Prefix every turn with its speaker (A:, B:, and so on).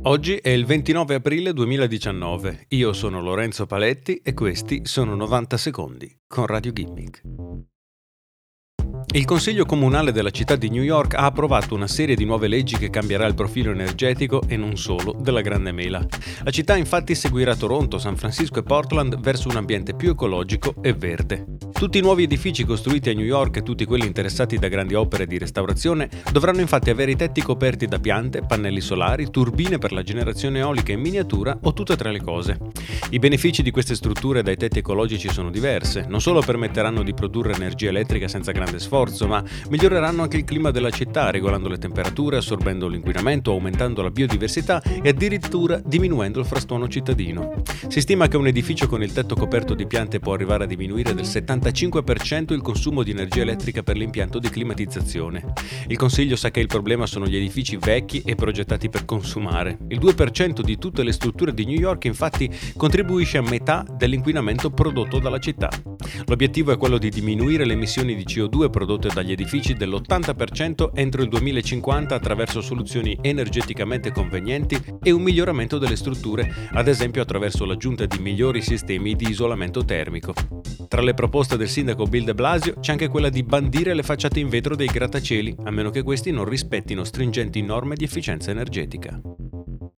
A: Oggi è il 29 aprile 2019, io sono Lorenzo Paletti e questi sono 90 secondi con Radio Gimmick. Il Consiglio Comunale della città di New York ha approvato una serie di nuove leggi che cambierà il profilo energetico e non solo della Grande Mela. La città infatti seguirà Toronto, San Francisco e Portland verso un ambiente più ecologico e verde. Tutti i nuovi edifici costruiti a New York e tutti quelli interessati da grandi opere di restaurazione dovranno infatti avere i tetti coperti da piante, pannelli solari, turbine per la generazione eolica in miniatura o tutte e tre le cose. I benefici di queste strutture dai tetti ecologici sono diverse, non solo permetteranno di produrre energia elettrica senza grande sforzo, ma miglioreranno anche il clima della città, regolando le temperature, assorbendo l'inquinamento, aumentando la biodiversità e addirittura diminuendo il frastuono cittadino. Si stima che un edificio con il tetto coperto di piante può arrivare a diminuire del 75% il consumo di energia elettrica per l'impianto di climatizzazione. Il Consiglio sa che il problema sono gli edifici vecchi e progettati per consumare. Il 2% di tutte le strutture di New York infatti contribuisce a metà dell'inquinamento prodotto dalla città. L'obiettivo è quello di diminuire le emissioni di CO2 prodotte dagli edifici dell'80% entro il 2050 attraverso soluzioni energeticamente convenienti e un miglioramento delle strutture, ad esempio attraverso l'aggiunta di migliori sistemi di isolamento termico. Tra le proposte del sindaco Bill de Blasio c'è anche quella di bandire le facciate in vetro dei grattacieli, a meno che questi non rispettino stringenti norme di efficienza energetica.